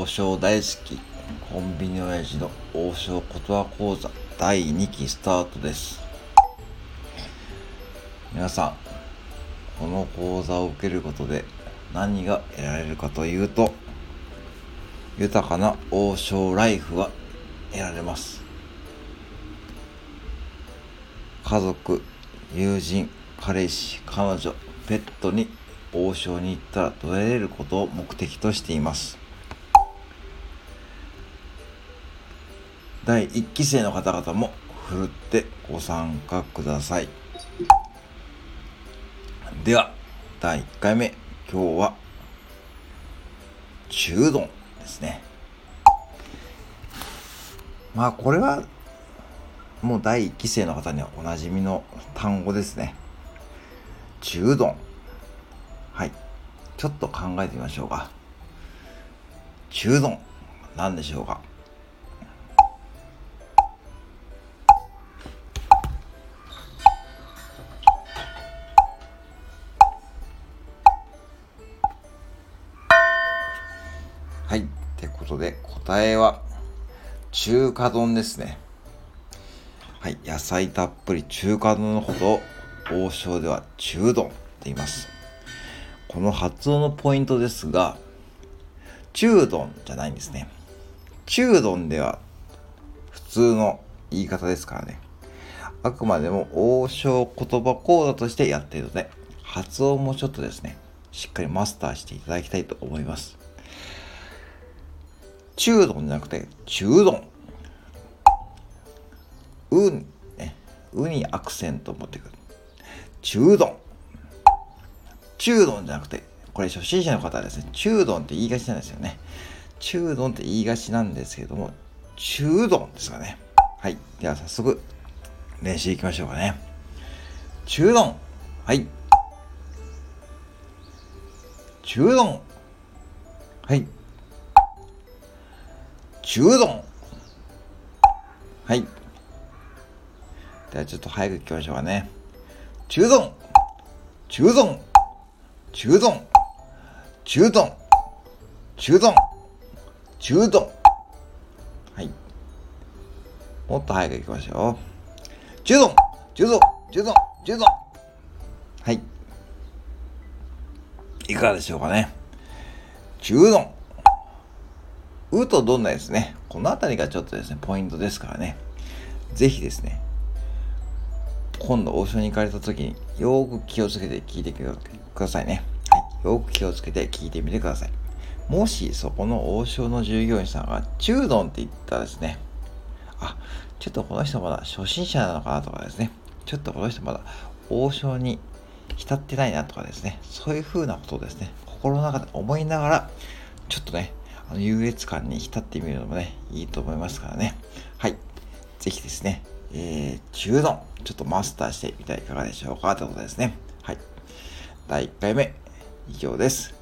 王将大好きコンビニ親父の王将ことわ講座第2期スタートです。皆さん、この講座を受けることで何が得られるかというと、豊かな王将ライフが得られます。家族、友人、彼氏、彼女、ペットに王将に行ったら得られることを目的としています。第1期生の方々もふるってご参加ください。では第1回目、今日は中丼ですね。これはもう第1期生の方にはおなじみの単語ですね。中丼。はい、ちょっと考えてみましょうか。中丼何でしょうか。はい、ってことで答えは中華丼ですね。はい、野菜たっぷり中華丼のことを王将では中丼と言います。この発音のポイントですが、中丼じゃないんですね。中丼では普通の言い方ですからね。あくまでも王将言葉講座としてやっているので、発音もちょっとですね、しっかりマスターしていただきたいと思います。中丼じゃなくて中丼。うにアクセントを持ってくる。中丼。中丼じゃなくて、これ初心者の方はですね、中丼って言いがちなんですよね。中丼って言いがちなんですけども、中丼ですかね。はい。では早速、練習いきましょうかね。中丼。はい。中丼。はい。中丼。はい。ではちょっと早くいきましょうかね。中丼。中丼。中丼。中丼。中丼。中丼。はい。もっと早くいきましょう。中丼。中丼。中丼。中丼。はい。いかがでしょうかね。中丼。うとどんなですね。このあたりがちょっとですね、ポイントですからね。ぜひですね、今度王将に行かれた時によーく気をつけて聞いてくださいね。はい。よーく気をつけて聞いてみてください。もしそこの王将の従業員さんが中丼って言ったらですね、ちょっとこの人まだ初心者なのかなとかですね、ちょっとこの人まだ王将に浸ってないなとかですね、そういう風なことをですね、心の中で思いながら、ちょっとね、優越感に浸ってみるのもね、いいと思いますからね。はい。ぜひですね、中丼、ちょっとマスターしてみてはいかがでしょうかということですね。はい。第1回目、以上です。